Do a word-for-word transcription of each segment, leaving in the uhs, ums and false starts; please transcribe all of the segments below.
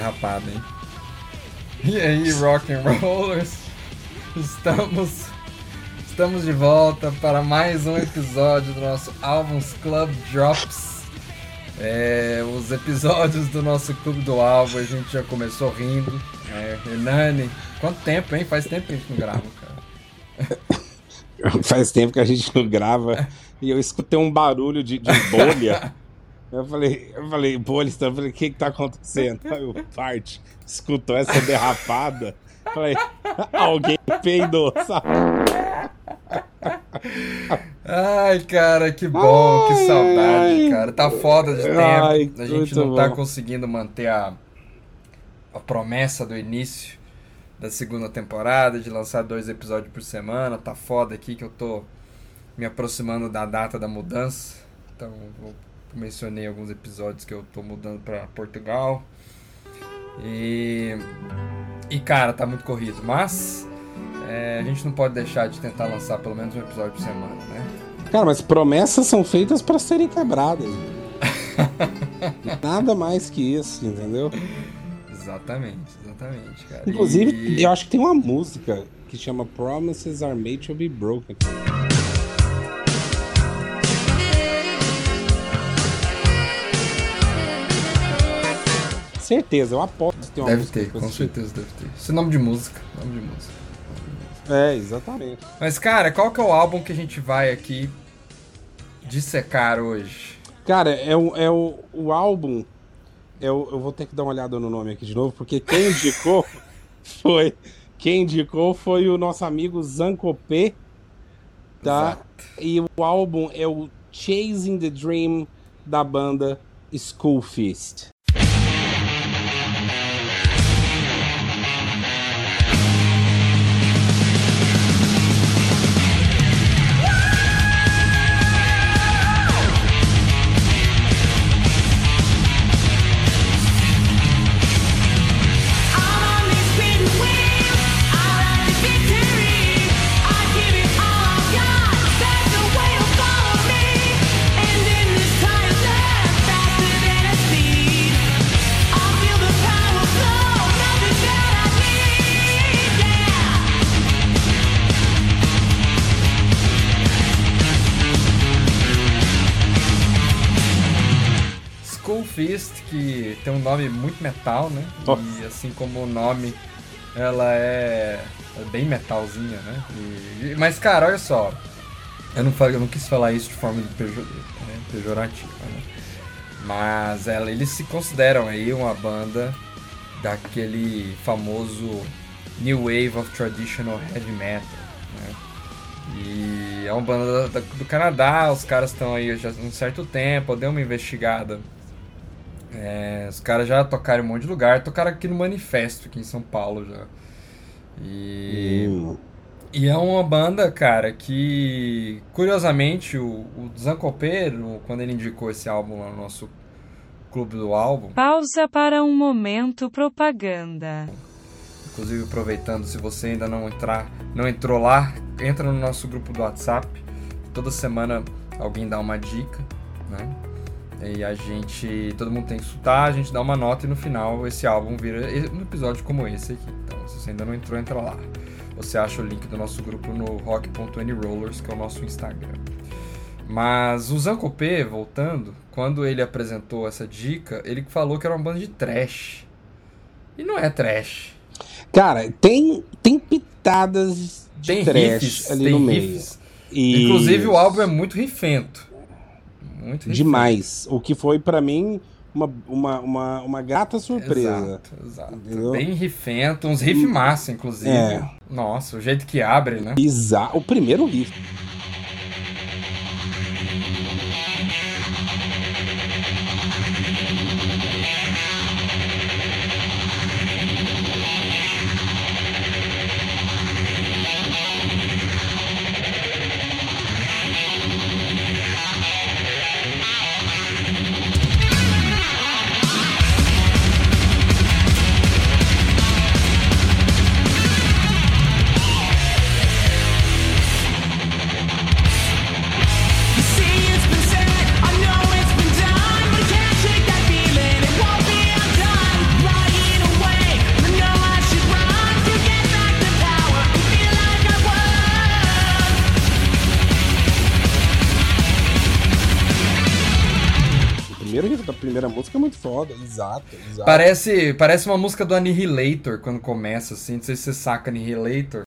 derrapada, hein? E aí, rock and rollers, estamos, estamos de volta para mais um episódio do nosso Albums Club Drops. É, os episódios do nosso Clube do Álbum, a gente já começou rindo. É, Hernani, quanto tempo, hein? Faz tempo que a gente não grava, cara. Faz tempo que a gente não grava e eu escutei um barulho de, de bolha. Eu falei, eu falei, bolha, eu falei, o que que tá acontecendo? Aí o Bart escutou essa derrapada. Eu falei, alguém peidou, sabe? Ai, cara, que bom, ai, que saudade, ai, cara. Tá foda de tempo. Ai, a gente não tá bom. conseguindo manter a, a promessa do início da segunda temporada, de lançar dois episódios por semana. Tá foda aqui que eu tô me aproximando da data da mudança. Então, eu mencionei alguns episódios que eu tô mudando pra Portugal. E, e cara, tá muito corrido. Mas é, a gente não pode deixar de tentar lançar pelo menos um episódio por semana, né? Cara, mas promessas são feitas pra serem quebradas. Nada mais que isso, entendeu? Exatamente, exatamente, cara. Inclusive, e... eu acho que tem uma música que chama Promises Are Made to Be Broken. Certeza, eu aposto que tem uma deve música. Deve ter, com certeza deve ter. Isso é nome de música, nome de música. É, exatamente. Mas, cara, qual que é o álbum que a gente vai aqui dissecar hoje? Cara, é o, é o, o álbum... Eu, eu vou ter que dar uma olhada no nome aqui de novo, porque quem indicou foi... Quem indicou foi o nosso amigo Zancopé, tá? Exato. E o álbum é o Chasing the Dream, da banda School Feast. Fist, que tem um nome muito metal, né? Oh. E assim como o nome, ela é, é bem metalzinha, né? E, mas, cara, olha só, eu não, falei, eu não quis falar isso de forma pejor, né? pejorativa, né? Mas ela, eles se consideram aí uma banda daquele famoso New Wave of Traditional Heavy Metal, né? E é uma banda da, do Canadá, os caras estão aí já há um certo tempo, eu dei uma investigada. É, os caras já tocaram em um monte de lugar, tocaram aqui no Manifesto, aqui em São Paulo já. E, hum. e é uma banda, cara, que curiosamente o, o Zancopé, quando ele indicou esse álbum lá no nosso Clube do Álbum. Pausa para um momento propaganda. Inclusive, aproveitando, se você ainda não entrar, não entrou lá, entra no nosso grupo do WhatsApp. Toda semana alguém dá uma dica, né? E a gente, todo mundo tem que escutar, a gente dá uma nota e no final esse álbum vira um episódio como esse aqui. Então, se você ainda não entrou, entra lá. Você acha o link do nosso grupo no rock ponto any rollers, que é o nosso Instagram. Mas o Zancopé, voltando, quando ele apresentou essa dica, ele falou que era uma banda de thrash. E não é thrash. Cara, tem, tem pitadas de tem thrash riffs, ali tem no riffs. meio. Inclusive o álbum é muito rifento. Muito demais. O que foi pra mim uma, uma, uma, uma grata surpresa. Exato, exato. Entendeu? Bem rifento, uns riff massa, inclusive. É. Nossa, o jeito que abre, né? Exato. O primeiro riff. primeira música é muito foda, exato, exato. Parece, parece uma música do Annihilator quando começa, assim, não sei se você saca Annihilator.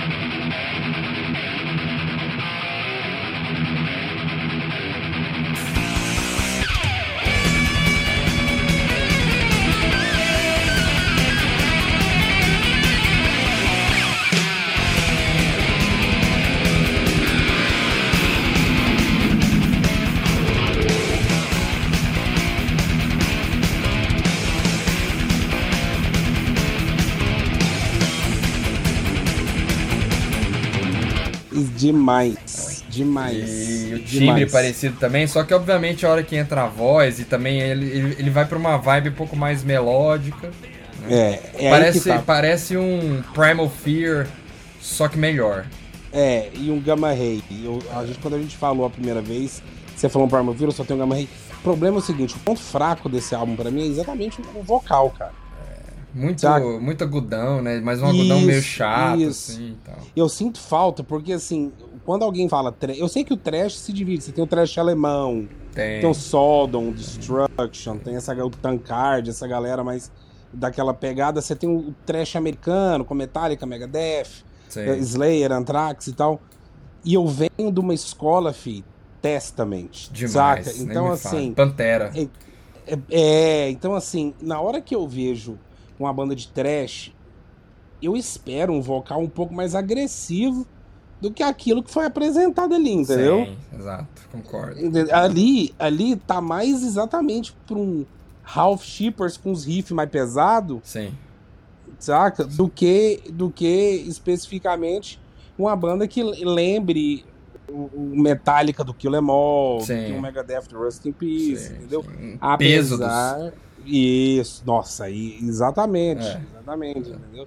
Demais, demais. E o timbre demais. parecido também, só que obviamente a hora que entra a voz e também ele, ele, ele vai pra uma vibe um pouco mais melódica. Né? É, é parece, aí que tá. Parece um Primal Fear, só que melhor. É, e um Gamma Ray. Eu, a gente, quando a gente falou a primeira vez, você falou um Primal Fear, eu só tenho um Gamma Ray. O problema é o seguinte, o ponto fraco desse álbum pra mim é exatamente o vocal, cara. Muito, muito agudão, né? Mas um agudão isso, meio chato, isso. assim, e tal. Eu sinto falta, porque assim, quando alguém fala trash, eu sei que o trash se divide, você tem o trash alemão, tem, tem o Sodom, o Destruction, tem essa, o Tankard, essa galera mais daquela pegada, você tem o trash americano, com Metallica, Megadeth, Sim. Slayer, Anthrax e tal, e eu venho de uma escola, fi, Testament, demais, saca? Então assim... Pantera. É, é, é, então assim, na hora que eu vejo uma banda de thrash, eu espero um vocal um pouco mais agressivo do que aquilo que foi apresentado ali, entendeu? Sim, exato, concordo. Ali, ali tá mais exatamente pra um Ralph Shippers com os riffs mais pesados, sim, saca? Do que, do que especificamente uma banda que lembre o Metallica do Kill Em All, sim. o Megadeth do Rust in Peace, sim, entendeu? Sim. Apesar... Peso dos... Isso, nossa, exatamente, é. exatamente, é. Entendeu?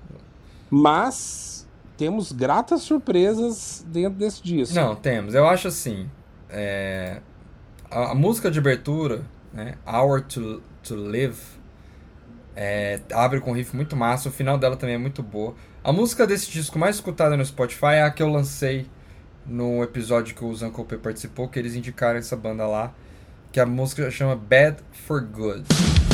Mas temos gratas surpresas dentro desse disco. Não, temos. Eu acho assim, é... a, a música de abertura, né, Hour to, to Live, é... abre com um riff muito massa, o final dela também é muito boa. A música desse disco mais escutada no Spotify é a que eu lancei no episódio que o Zanko P participou, que eles indicaram essa banda lá, que a música chama Bad for Good.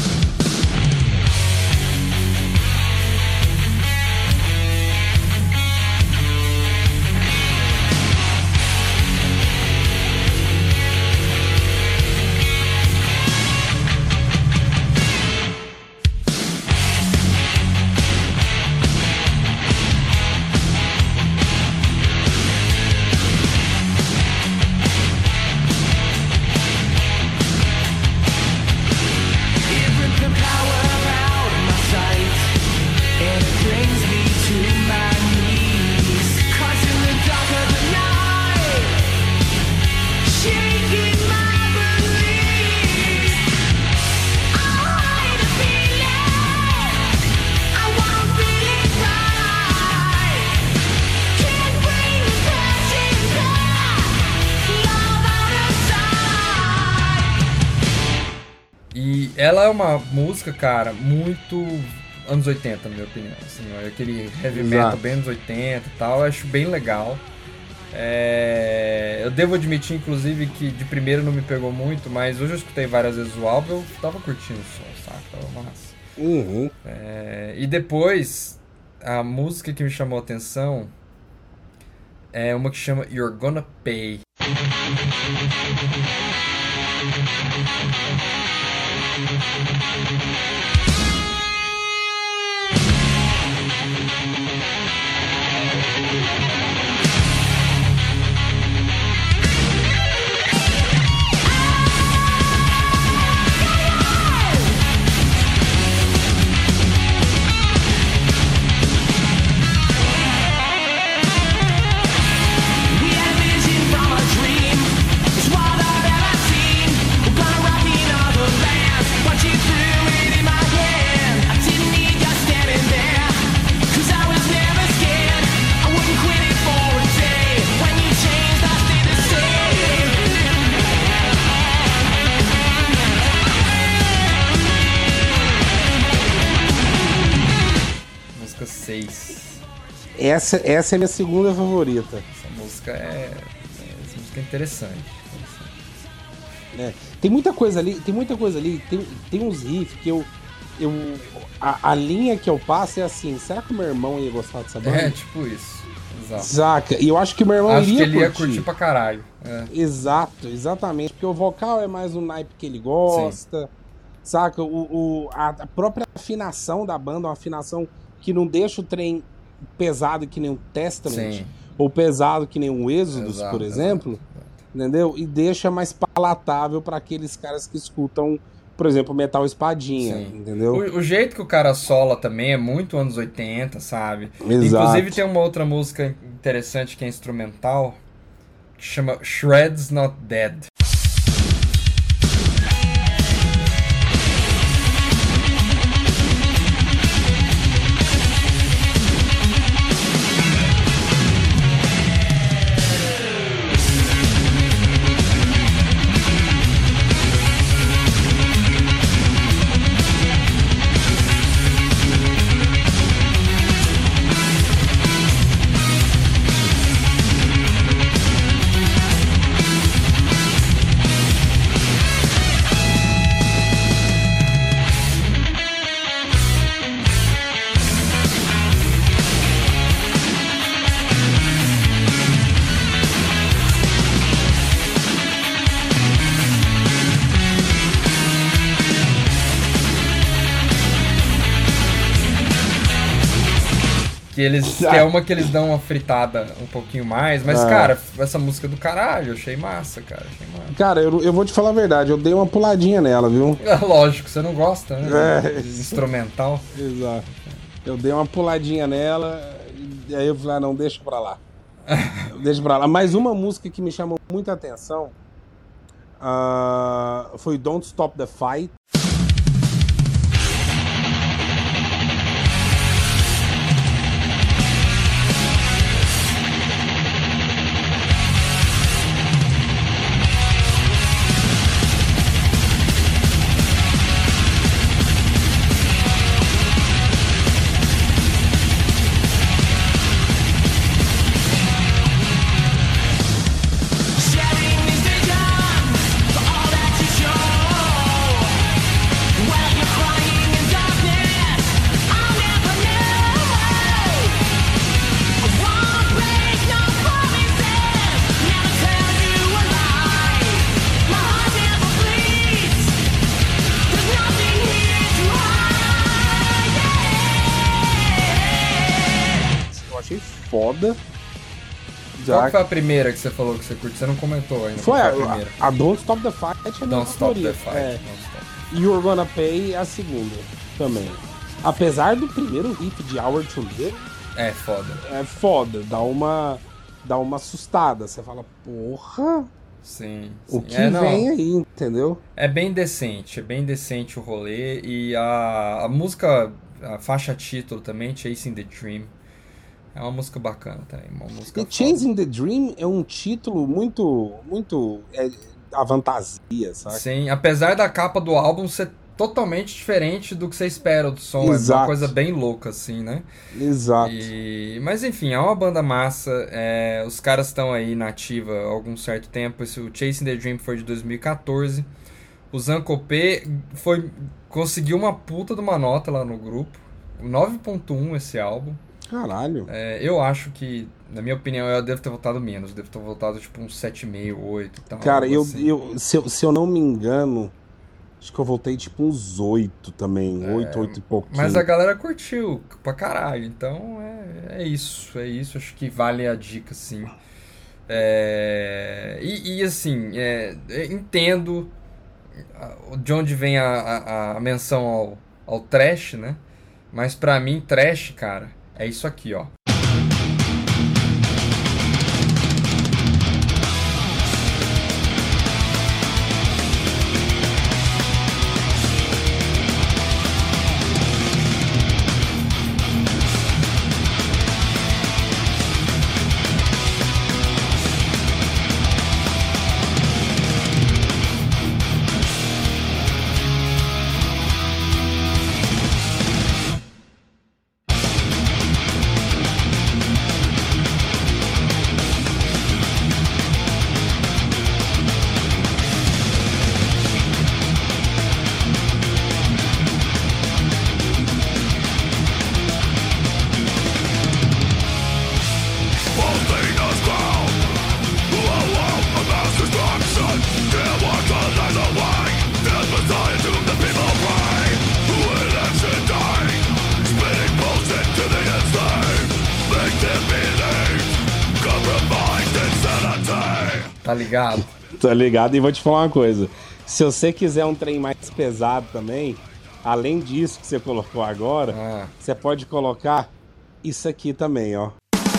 Ela é uma música, cara, muito anos oitenta, na minha opinião. Assim, aquele heavy metal Exato. Bem anos oitenta e tal, eu acho bem legal. É... Eu devo admitir, inclusive, que de primeiro não me pegou muito, mas hoje eu escutei várias vezes o álbum, eu tava curtindo o som, sabe? Tava massa. Uhum. É... E depois, a música que me chamou a atenção é uma que chama You're Gonna Pay. Essa, essa é a minha segunda favorita. Essa música é, essa música é interessante. interessante. É, tem muita coisa ali, tem muita coisa ali, tem, tem uns riffs que eu. eu a, a linha que eu passo é assim, será que o meu irmão ia gostar dessa banda? É, tipo isso. Exato. Saca? E eu acho que o meu irmão acho iria que ele curtir. ia curtir pra caralho. É. Exato, exatamente. Porque o vocal é mais um naipe que ele gosta. Sim. Saca? O, o, a, a própria afinação da banda é uma afinação que não deixa o trem pesado que nem um Testament. Sim. Ou pesado que nem um Êxodos, exato, por exemplo. Exato, exato. Entendeu? E deixa mais palatável para aqueles caras que escutam, por exemplo, metal espadinha, sim, entendeu? O, o jeito que o cara sola também é muito anos oitenta, sabe? Exato. Inclusive tem uma outra música interessante que é instrumental, que chama Shreds Not Dead. Que eles que é uma que eles dão uma fritada um pouquinho mais, mas, ah. cara, essa música é do caralho, eu achei massa, cara. Achei massa. Cara, eu, eu vou te falar a verdade, eu dei uma puladinha nela, viu? É, lógico, você não gosta, né? É. Instrumental. Exato. Eu dei uma puladinha nela, e aí eu falei, ah, não, deixa pra lá. Deixa pra lá. Mas uma música que me chamou muita atenção uh, foi Don't Stop the Fight. Foda. Já... Qual foi a primeira que você falou que você curte? Você não comentou ainda. Foi a, a, a Don't Stop the Fight. É Don't Stop the Fight. É. E You're Gonna Pay é a segunda também. Apesar do primeiro riff de Hour to Live. É foda. É foda. Dá uma, dá uma assustada. Você fala, porra. Sim. O sim. que é, vem aí, entendeu? É bem decente. É bem decente o rolê. E a, a música, a faixa título também, Chasing the Dream. É uma música bacana também, uma música. E Chasing the Dream é um título muito, muito é, a fantasia, sabe? Sim, apesar da capa do álbum ser totalmente diferente do que você espera do som, exato, é uma coisa bem louca, assim, né? Exato. E... Mas enfim, é uma banda massa, é... os caras estão aí na ativa há algum certo tempo. Esse, o Chasing the Dream foi de dois mil e quatorze. O Zancopé foi... conseguiu uma puta de uma nota lá no grupo, nove ponto um esse álbum. Caralho. É, eu acho que, na minha opinião, eu devo ter votado menos. Devo ter votado tipo uns sete vírgula cinco, oito e tal. Cara, eu, assim. eu, se, eu, se eu não me engano, acho que eu votei tipo uns oito também. É, oito, oito e pouquinho. Mas a galera curtiu pra caralho. Então é, é isso, é isso. Acho que vale a dica, sim. É, e, e assim, é, entendo de onde vem a, a, a menção ao, ao trash, né? Mas pra mim, trash, cara, é isso aqui, ó. Tá ligado? Tá ligado? E vou te falar uma coisa. Se você quiser um trem mais pesado também, além disso que você colocou agora, ah. você pode colocar isso aqui também, ó.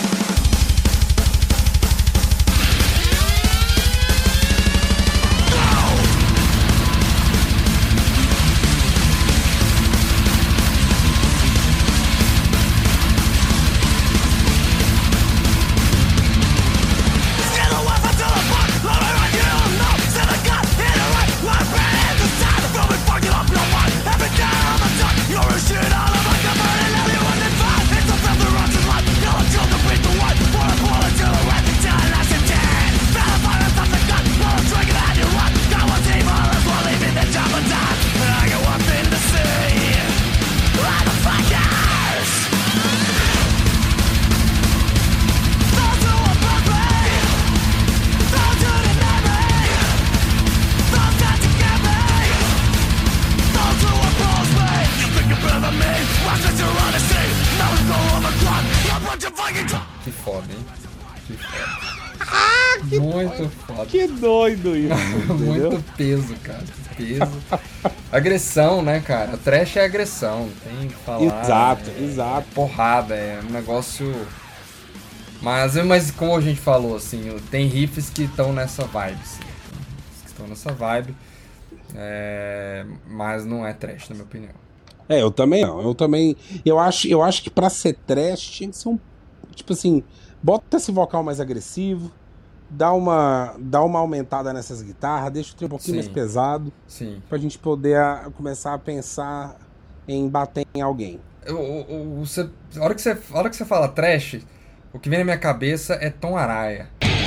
Que foda, hein? Que foda. Ah, que muito doido. foda. Que doido isso. Muito peso, cara. Peso. Agressão, né, cara? Trash é agressão, não tem que falar. Exato, é, exato. É porrada, é um negócio. Mas, mas como a gente falou, assim, tem riffs que estão nessa vibe, assim. Que estão nessa vibe. É, mas não é trash, na minha opinião. É, eu também não. Eu também. Eu acho, eu acho que pra ser trash tinha que ser um. Tipo assim, bota esse vocal mais agressivo, dá uma, dá uma aumentada nessas guitarras, deixa o trem um pouquinho Sim. mais pesado. Sim. Pra gente poder a, começar a pensar em bater em alguém. Eu, eu, eu, você, a, hora que você, a hora que você fala trash, o que vem na minha cabeça é Tom Araya.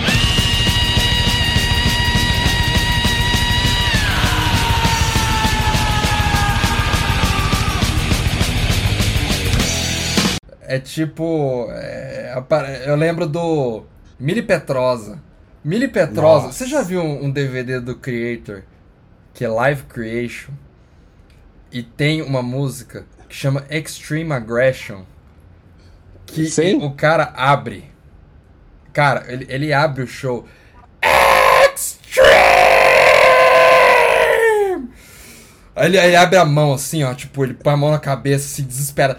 É tipo... É, eu lembro do Mili Petrosa. Mili Petrosa, Nossa. Você já viu um, um D V D do Creator, que é Live Creation, e tem uma música que chama Extreme Aggression, que Sim. o cara abre. Cara, ele, ele abre o show. Extreme! Aí ele, ele abre a mão assim, ó, tipo, ele põe a mão na cabeça, se desespera.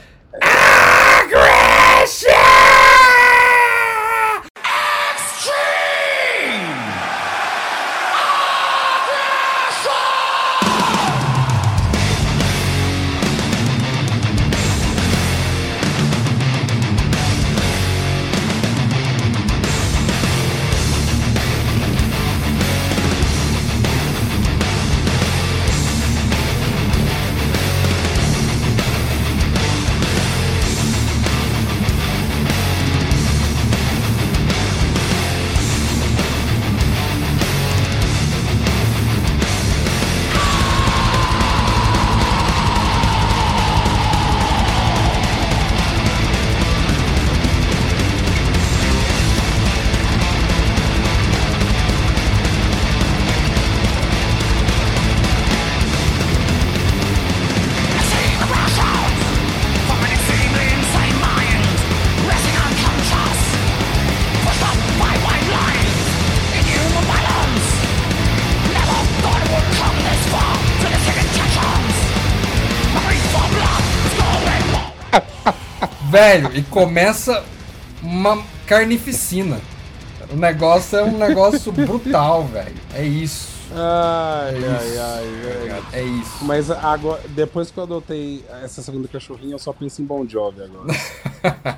Velho, e começa uma carnificina. O negócio é um negócio brutal, velho. É isso. Ai, é ai, isso. ai, ai. É isso. Mas agora, depois que eu adotei essa segunda cachorrinha, eu só penso em Bon Jovi agora.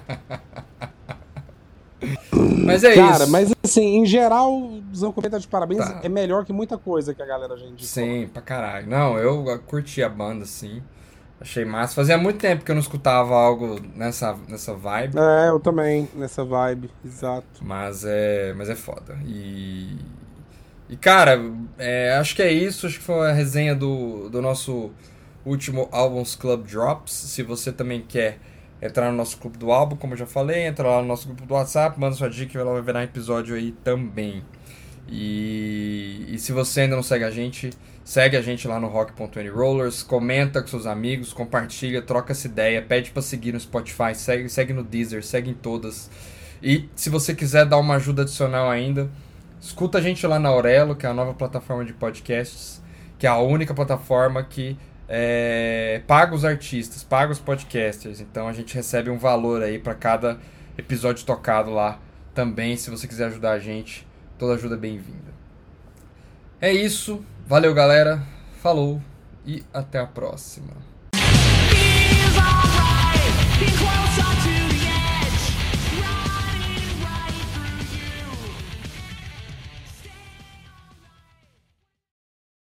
Mas é Cara, isso. mas assim, em geral, o Zancopé tá de parabéns. Tá. É melhor que muita coisa que a galera já indicou. Sim, pra caralho. Não, eu curti a banda, sim. Achei massa. Fazia muito tempo que eu não escutava algo nessa, nessa vibe. É, eu também, nessa vibe, exato. Mas é, mas é foda. E, e cara, é, acho que é isso. Acho que foi a resenha do, do nosso último Albums Club Drops. Se você também quer entrar no nosso clube do álbum, como eu já falei, entra lá no nosso grupo do WhatsApp, manda sua dica e ela vai virar episódio aí também. E, e se você ainda não segue a gente, segue a gente lá no rock ponto any rollers, comenta com seus amigos, compartilha, troca essa ideia, pede pra seguir no Spotify, segue, segue no Deezer, segue em todas. E se você quiser dar uma ajuda adicional ainda, Escuta a gente lá na Aurelo, que é a nova plataforma de podcasts, que é a única plataforma que é, paga os artistas, paga os podcasters. Então a gente recebe um valor aí para cada episódio tocado lá também. Se você quiser ajudar a gente, toda ajuda é bem-vinda. É isso. Valeu, galera. Falou e até a próxima.